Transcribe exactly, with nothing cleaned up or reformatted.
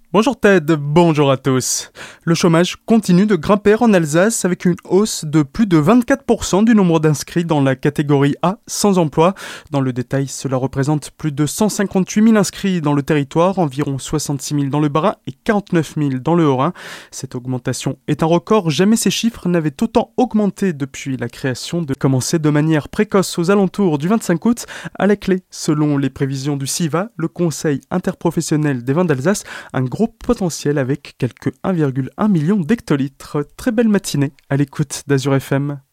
Bonjour Ted, bonjour à tous. Le chômage continue de grimper en Alsace avec une hausse de plus de vingt-quatre pour cent du nombre d'inscrits dans la catégorie A sans emploi. Dans le détail, cela représente plus de cent cinquante-huit mille inscrits dans le territoire, environ soixante-six mille dans le Bas-Rhin et quarante-neuf mille dans le Haut-Rhin. Cette augmentation est un record, jamais ces chiffres n'avaient autant augmenté depuis la création de commencer de manière précoce aux alentours du vingt-cinq août. À la clé, selon les prévisions du SIVA, le Conseil interprofessionnel des vins d'Alsace, un gros potentiel avec quelques un virgule un million d'hectolitres. Très belle matinée à l'écoute d'Azur F M.